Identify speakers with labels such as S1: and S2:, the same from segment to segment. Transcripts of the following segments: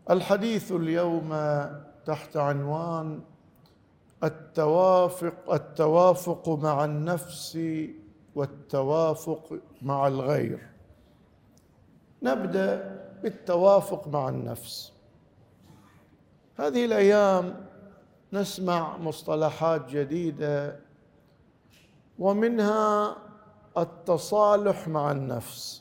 S1: الحديث اليوم تحت عنوان التوافق مع النفس والتوافق مع الغير. نبدأ بالتوافق مع النفس. هذه الأيام نسمع مصطلحات جديدة، ومنها التصالح مع النفس،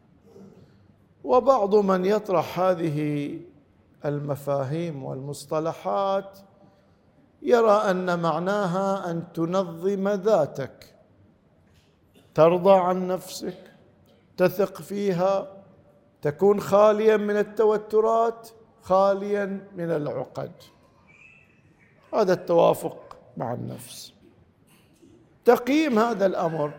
S1: وبعض من يطرح هذه المفاهيم والمصطلحات يرى أن معناها أن تنظم ذاتك، ترضى عن نفسك، تثق فيها، تكون خاليا من التوترات، خاليا من العقد. هذا التوافق مع النفس. تقييم هذا الأمر: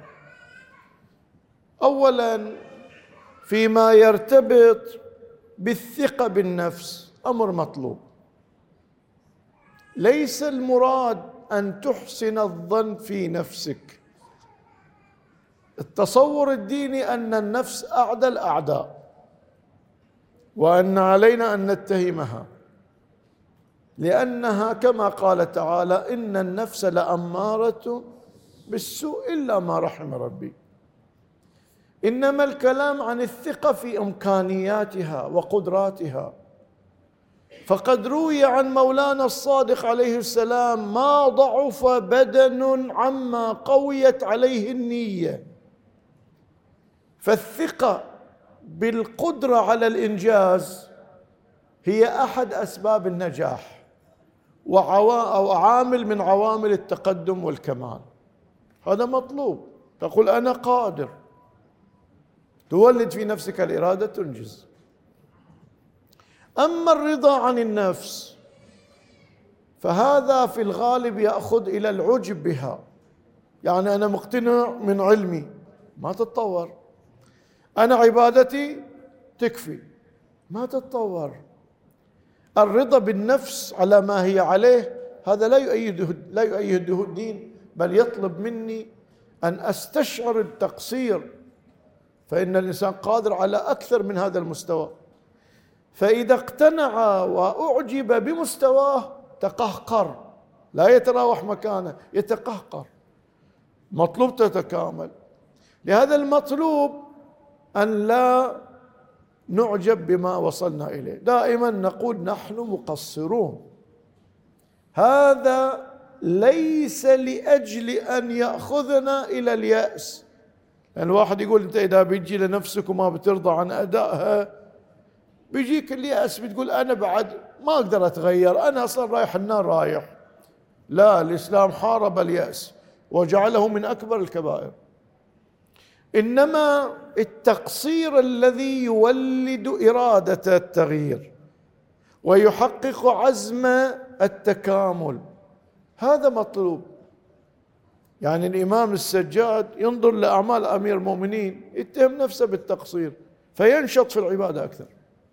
S1: أولا، فيما يرتبط بالثقة بالنفس أمر مطلوب. ليس المراد أن تحسن الظن في نفسك. التصور الديني أن النفس أعدى الأعداء، وأن علينا أن نتهمها، لأنها كما قال تعالى: إن النفس لأمارة بالسوء إلا ما رحم ربي. إنما الكلام عن الثقة في إمكانياتها وقدراتها. فقد روي عن مولانا الصادق عليه السلام: ما ضعف بدن عما قويت عليه النية. فالثقة بالقدرة على الإنجاز هي أحد أسباب النجاح، أو عامل من عوامل التقدم والكمال. هذا مطلوب. تقول أنا قادر، تولد في نفسك الإرادة، تنجز. أما الرضا عن النفس فهذا في الغالب يأخذ إلى العجب بها. يعني أنا مقتنع من علمي، ما تتطور. أنا عبادتي تكفي، ما تتطور. الرضا بالنفس على ما هي عليه هذا لا يؤيده الدين، بل يطلب مني أن أستشعر التقصير، فإن الإنسان قادر على أكثر من هذا المستوى. فإذا اقتنع وأعجب بمستواه تقهقر، لا يتراوح مكانه، يتقهقر. مطلوب تتكامل. لهذا المطلوب أن لا نعجب بما وصلنا إليه. دائما نقول نحن مقصرون. هذا ليس لأجل أن يأخذنا إلى اليأس. يعني الواحد يقول: أنت إذا بيجي لنفسك وما بترضى عن أدائها بيجيك اليأس، بتقول أنا بعد ما أقدر أتغير، أنا أصلا رايح النار رايح. لا، الإسلام حارب اليأس وجعله من أكبر الكبائر. إنما التقصير الذي يولد إرادة التغيير ويحقق عزم التكامل، هذا مطلوب. يعني الإمام السجاد ينظر لأعمال أمير المؤمنين، يتهم نفسه بالتقصير فينشط في العبادة أكثر.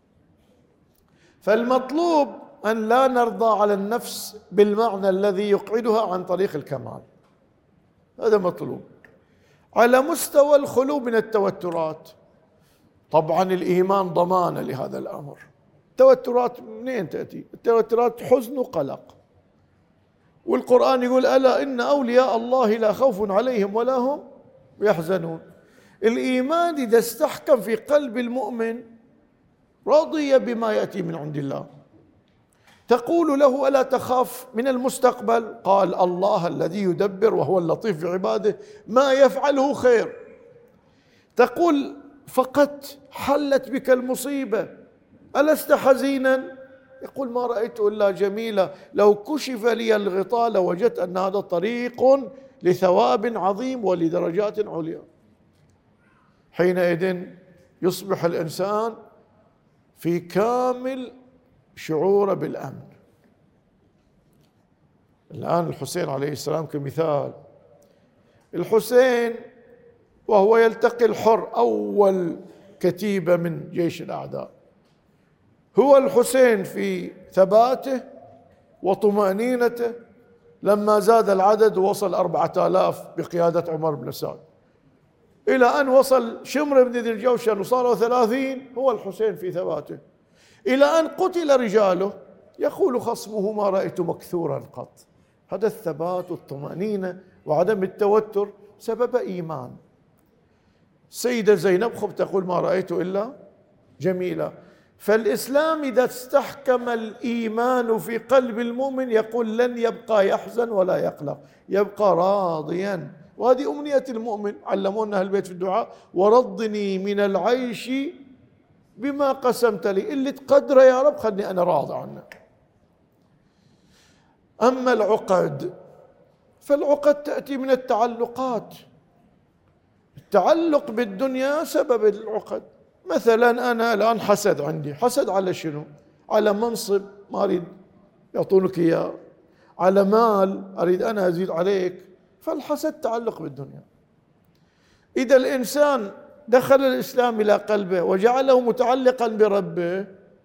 S1: فالمطلوب أن لا نرضى على النفس بالمعنى الذي يقعدها عن طريق الكمال. هذا مطلوب. على مستوى الخلو من التوترات، طبعا الإيمان ضمانة لهذا الأمر. التوترات منين تأتي؟ التوترات حزن وقلق، والقرآن يقول: ألا إن أولياء الله لا خوف عليهم ولا هم يحزنون. الإيمان إذا استحكم في قلب المؤمن رضي بما يأتي من عند الله. تقول له: ألا تخاف من المستقبل؟ قال: الله الذي يدبر وهو اللطيف بعباده ما يفعله خير. تقول: فقط حلت بك المصيبة، ألست حزينا؟ يقول: ما رأيت إلا جميلة، لو كشف لي الغطاء لوجدت أن هذا طريق لثواب عظيم ولدرجات عليا. حينئذ يصبح الإنسان في كامل شعوره بالأمن. الآن الحسين عليه السلام كمثال، الحسين وهو يلتقي الحر أول كتيبة من جيش الأعداء، هو الحسين في ثباته وطمأنينته لما زاد العدد ووصل 4000 بقيادة عمر بن سعد، إلى أن وصل شمر بن ذي الجوشن وصاروا 30، هو الحسين في ثباته. إلى أن قتل رجاله يقول خصمه: ما رأيت مكثورا قط. هذا الثبات والطمأنينة وعدم التوتر سبب إيمان. سيدة زينب خب تقول: ما رأيت إلا جميلة. فالإسلام إذا استحكم الإيمان في قلب المؤمن يقول: لن يبقى يحزن ولا يقلق، يبقى راضيا. وهذه أمنية المؤمن، علمونا أهل البيت في الدعاء: ورضني من العيش بما قسمت لي، اللي تقدره يا رب خلني أنا راضي عنك. أما العقد فالعقد تأتي من التعلقات. التعلق بالدنيا سبب العقد. مثلا أنا الآن حسد عندي، حسد على شنو؟ على منصب ما أريد يعطونك إياه، على مال أريد أنا أزيد عليك، فالحسد تعلق بالدنيا. إذا الإنسان دخل الإسلام إلى قلبه وجعله متعلقا بربه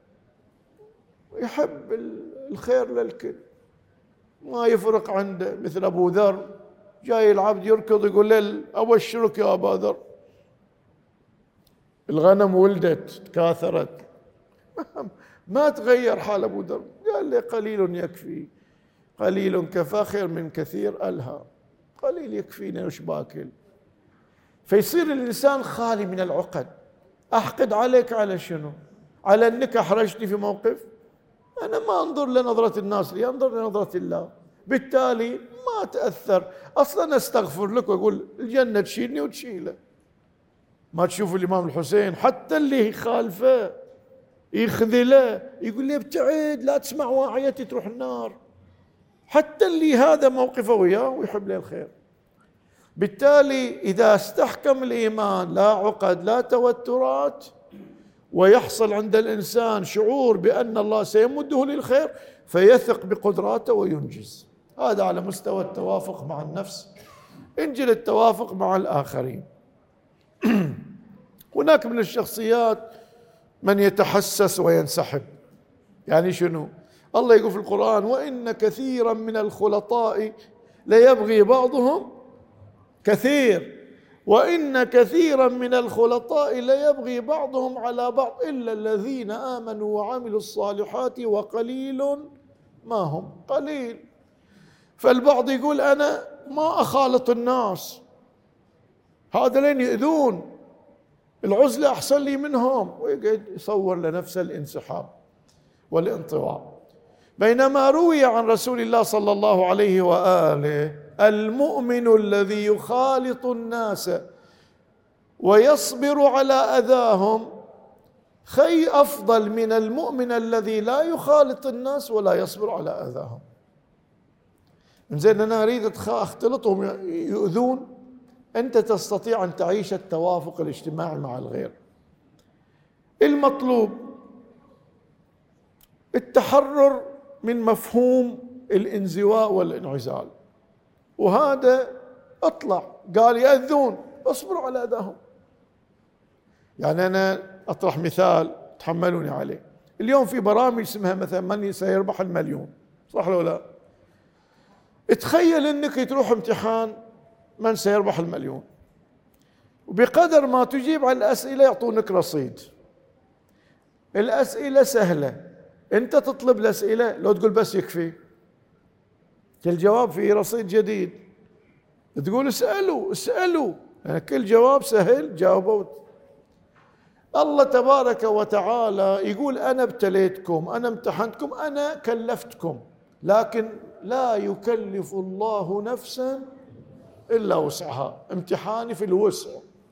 S1: يحب الخير للكل، ما يفرق عنده. مثل أبو ذر جاي العبد يركض يقول له: أبشرك يا أبا ذر، الغنم ولدت تكاثرت. ما تغير حال أبو ذر، قال لي: قليل يكفي، قليل كفى خير من كثير ألهى، قليل يكفيني وش باكل. فيصير الإنسان خالي من العقد. أحقد عليك على شنو؟ على أنك أحرجتني في موقف؟ أنا ما أنظر لنظرة الناس لي، أنظر لنظرة الله، بالتالي ما تأثر. أصلا أستغفر لك وأقول الجنة تشيلني وتشيله. ما تشوف الإمام الحسين حتى اللي يخالفه يخذله يقول لي: ابتعد لا تسمع واعيتي تروح النار، حتى اللي هذا موقفه وياه ويحب له الخير. بالتالي إذا استحكم الإيمان لا عقد لا توترات، ويحصل عند الإنسان شعور بأن الله سيمده للخير، فيثق بقدراته وينجز. هذا على مستوى التوافق مع النفس. انجل التوافق مع الآخرين. هناك من الشخصيات من يتحسس وينسحب. يعني شنو؟ الله يقول في القرآن: وإن كثيرا من الخلطاء ليبغي بعضهم كثير، وإن كثيرا من الخلطاء ليبغي بعضهم على بعض إلا الذين آمنوا وعملوا الصالحات وقليل ما هم. قليل. فالبعض يقول: أنا ما أخالط الناس، هذا لين يؤذون، العزلة أحسن لي منهم، ويقعد يصور لنفسه الانسحاب والانطواء. بينما روي عن رسول الله صلى الله عليه وآله: المؤمن الذي يخالط الناس ويصبر على أذاهم أفضل من المؤمن الذي لا يخالط الناس ولا يصبر على أذاهم. إنزين أنا أريد أختلطهم يؤذون، أنت تستطيع أن تعيش التوافق الاجتماعي مع الغير. المطلوب التحرر من مفهوم الانزواء والانعزال، وهذا اطلع قال يأذون اصبروا على أذاهم. يعني أنا أطرح مثال تحملوني عليه. اليوم في برامج اسمها مثلا من سيربح المليون، صح ولا لا؟ تخيل انك تروح امتحان من سيربح المليون، وبقدر ما تجيب على الأسئلة يعطونك رصيد. الأسئلة سهلة، أنت تطلب الأسئلة لو تقول بس يكفي، كل جواب فيه رصيد جديد. تقول اسألوا يعني كل جواب سهل جاوبوا. الله تبارك وتعالى يقول: أنا ابتليتكم، أنا امتحنتكم، أنا كلفتكم، لكن لا يكلف الله نفسا إلا وسعها. امتحاني في الوسع،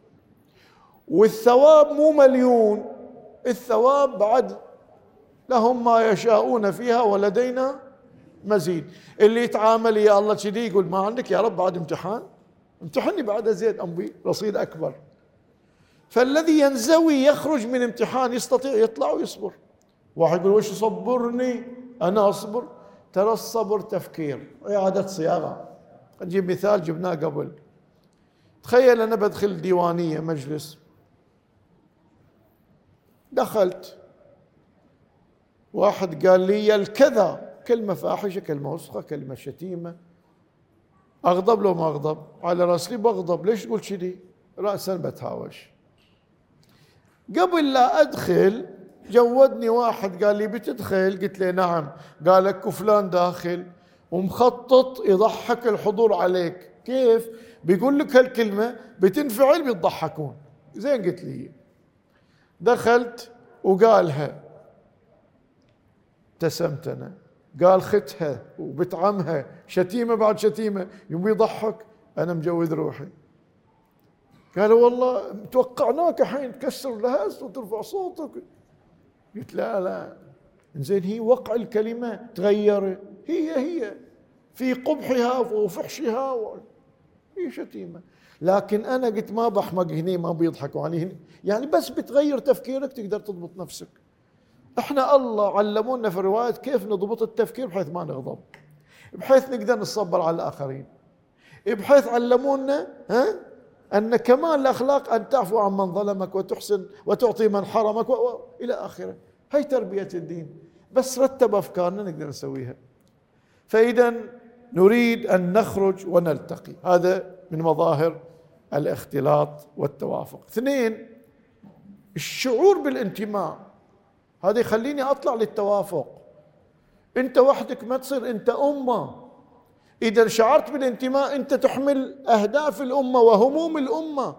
S1: والثواب مو مليون، الثواب بعد لهم ما يشاءون فيها ولدينا مزيد. اللي يتعامل يا الله كذي يقول: ما عندك يا رب بعد امتحان؟ امتحني بعد زيد أمبي رصيد أكبر. فالذي ينزوي يخرج من امتحان يستطيع يطلع ويصبر. واحد يقول: وش صبرني أنا أصبر؟ ترى الصبر تفكير، إعادة صياغة. نجيب مثال جبناه قبل. تخيل أنا بدخل ديوانية مجلس، دخلت واحد قال لي الكذا، كلمة فاحشة، كلمة وسخة، كلمة شتيمة، أغضب لو ما أغضب؟ على راسي بغضب. ليش تقول كذي؟ رأسا بتهاوش. قبل لا أدخل جودني واحد قال لي بتدخل؟ قلت له نعم. قال لك فلان داخل ومخطط يضحك الحضور عليك. كيف؟ بيقول لك هالكلمة بتنفعل بيضحكون. زين قلت لي. دخلت وقالها، ابتسمت أنا. قال ختها وبتعمها، شتيمة بعد شتيمة، يوم يضحك. أنا مجود روحي. قالوا والله توقعناك حين تكسر الهز وترفع صوتك. قلت لا زين، هي وقع الكلمة تغير، هي في قبحها وفحشها هي شتيمة. لكن أنا قلت ما بحمق هني، ما بيضحكوا عني هني، يعني بس بتغير تفكيرك تقدر تضبط نفسك. احنا الله علمونا في الروايات كيف نضبط التفكير بحيث ما نغضب، بحيث نقدر نصبر على الآخرين، بحيث علمونا أن كمال الأخلاق أن تعفو عن من ظلمك وتحسن وتعطي من حرمك إلى آخره. هي تربية الدين، بس رتب أفكارنا نقدر نسويها. فإذا نريد أن نخرج ونلتقي، هذا من مظاهر الاختلاط والتوافق. 2، الشعور بالانتماء، هذا يخليني أطلع للتوافق. أنت وحدك ما تصير، أنت أمة. إذا شعرت بالانتماء أنت تحمل أهداف الأمة وهموم الأمة.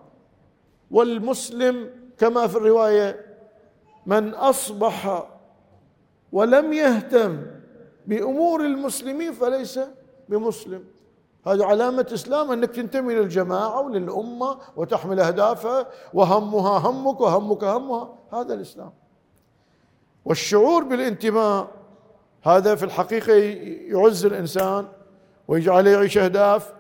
S1: والمسلم كما في الرواية من أصبح ولم يهتم بأمور المسلمين فليس بمسلم. هذه علامة إسلام، أنك تنتمي للجماعة وللأمة وتحمل أهدافها، وهمها همك وهمك همها. هذا الإسلام. والشعور بالانتماء هذا في الحقيقة يعز الإنسان ويجعله يعيش أهداف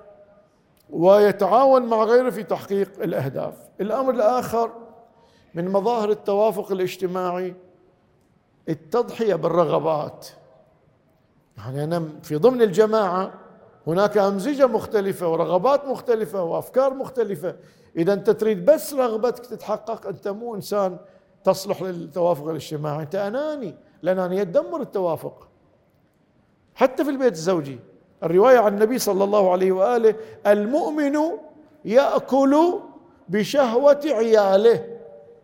S1: ويتعاون مع غيره في تحقيق الأهداف. الأمر الآخر من مظاهر التوافق الاجتماعي التضحية بالرغبات. يعني أنا في ضمن الجماعة هناك أمزجة مختلفة ورغبات مختلفة وأفكار مختلفة. إذا أنت تريد بس رغبتك تتحقق، أنت مو إنسان تصلح للتوافق الاجتماعي، أنت أناني. الأنانية تدمر التوافق. حتى في البيت الزوجي الرواية عن النبي صلى الله عليه وآله: المؤمن يأكل بشهوة عياله.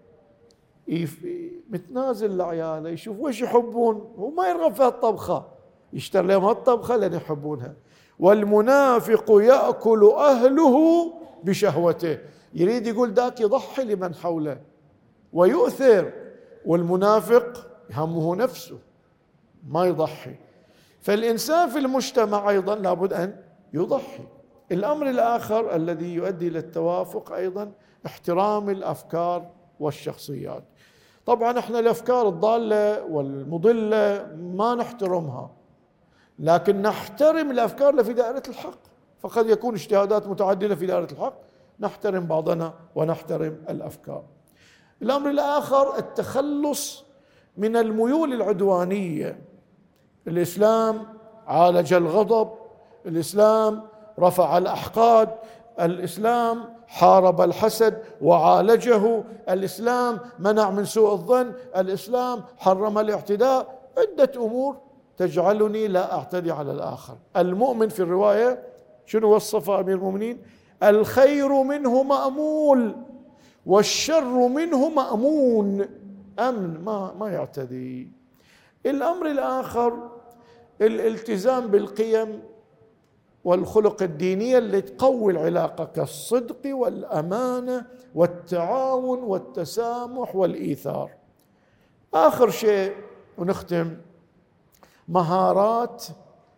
S1: متنازل لعياله، يشوف وش يحبون، هو ما يرغب في الطبخة، يشتري لهم هالطبخة لأن يحبونها. والمنافق يأكل أهله بشهوته، يريد يقول ذاك يضحي لمن حوله ويؤثر، والمنافق همه نفسه ما يضحي. فالإنسان في المجتمع أيضا لابد أن يضحي. الأمر الآخر الذي يؤدي إلى التوافق أيضا احترام الأفكار والشخصيات. طبعا احنا الأفكار الضالة والمضلة ما نحترمها، لكن نحترم الأفكار اللي في دائرة الحق. فقد يكون اجتهادات متعددة في دائرة الحق، نحترم بعضنا ونحترم الأفكار. الأمر الآخر التخلص من الميول العدوانية. الإسلام عالج الغضب، الإسلام رفع الأحقاد، الإسلام حارب الحسد وعالجه، الإسلام منع من سوء الظن، الإسلام حرم الاعتداء. عدة أمور تجعلني لا أعتدي على الآخر. المؤمن في الرواية شنو وصف أمير المؤمنين؟ الخير منه مأمول والشر منه مأمون. أمن، ما يعتدي. الأمر الآخر الالتزام بالقيم والخلق الدينية اللي تقوي العلاقة، كالصدق والأمانة والتعاون والتسامح والإيثار. آخر شيء ونختم، مهارات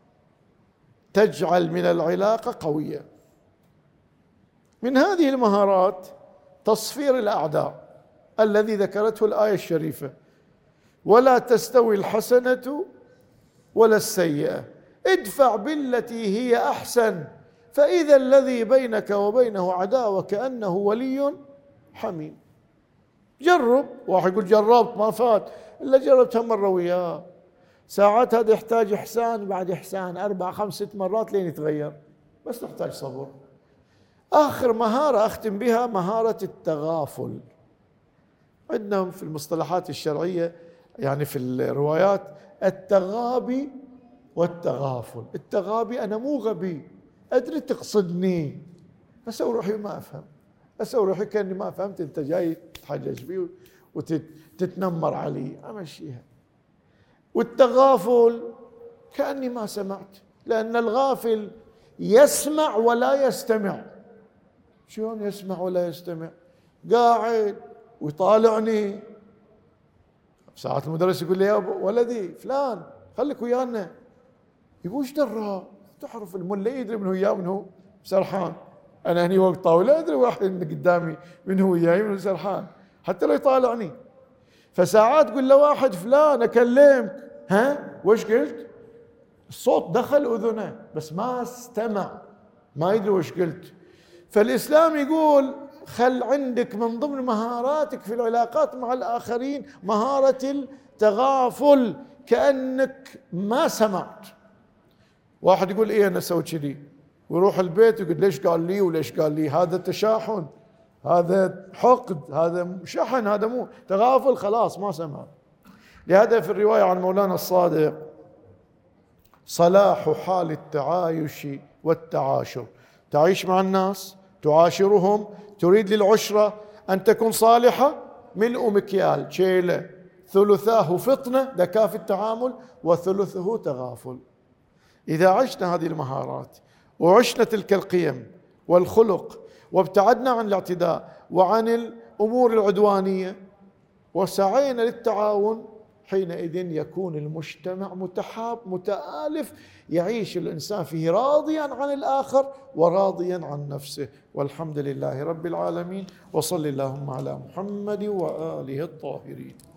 S1: تجعل من العلاقة قوية. من هذه المهارات تصفير الأعداء الذي ذكرته الآية الشريفة: ولا تستوي الحسنة ولا السيئة ادفع بالتي هي أحسن فإذا الذي بينك وبينه عداوة كأنه ولي حميم. جرب. واحد يقول جربت ما فات، إلا جربتها مرة وياه. ساعات هذا يحتاج إحسان بعد إحسان 4 5 6 مرات لين يتغير، بس نحتاج صبر. آخر مهارة أختم بها مهارة التغافل. عندنا في المصطلحات الشرعية يعني في الروايات التغابي والتغافل. التغابي أنا مو غبي، أدري تقصدني، أسوي روحي ما أفهم، أسوي روحي كأني ما فهمت، أنت جاي تحجج بي وتتنمر عليه، أمشيها. والتغافل كأني ما سمعت، لأن الغافل يسمع ولا يستمع. شلون يسمع ولا يستمع؟ قاعد ويطالعني. ساعات المدرس يقول لي يا ولدي فلان خليك ويانا، يقول ايش درى؟ تعرف الملا يدري من هو وياه من هو سرحان. انا هني وقت طاوله ادري واحد قدامي من هو وياي من هو سرحان حتى لو يطالعني. فساعات تقول له واحد فلان اكلمك، ها وش قلت؟ الصوت دخل اذنه بس ما استمع، ما يدري وش قلت. فالاسلام يقول خل عندك من ضمن مهاراتك في العلاقات مع الآخرين مهارة التغافل، كأنك ما سمعت. واحد يقول ايه انا اسوي كذي، ويروح البيت يقول ليش قال لي وليش قال لي. هذا تشاحن، هذا حقد، هذا شحن، هذا مو تغافل، خلاص ما سمع. لهذا في الرواية عن مولانا الصادق صلاح حال التعايش والتعاشر. تعيش مع الناس، تعاشرهم، تريد للعشرة أن تكون صالحة، ملء مكيال شيلة، ثلثاه فطنة ذكاء في التعامل وثلثه تغافل. إذا عشنا هذه المهارات وعشنا تلك القيم والخلق وابتعدنا عن الاعتداء وعن الأمور العدوانية وسعينا للتعاون، حينئذ يكون المجتمع متحاب متآلف، يعيش الإنسان فيه راضيا عن الآخر وراضيا عن نفسه. والحمد لله رب العالمين، وصل اللهم على محمد وآله الطاهرين.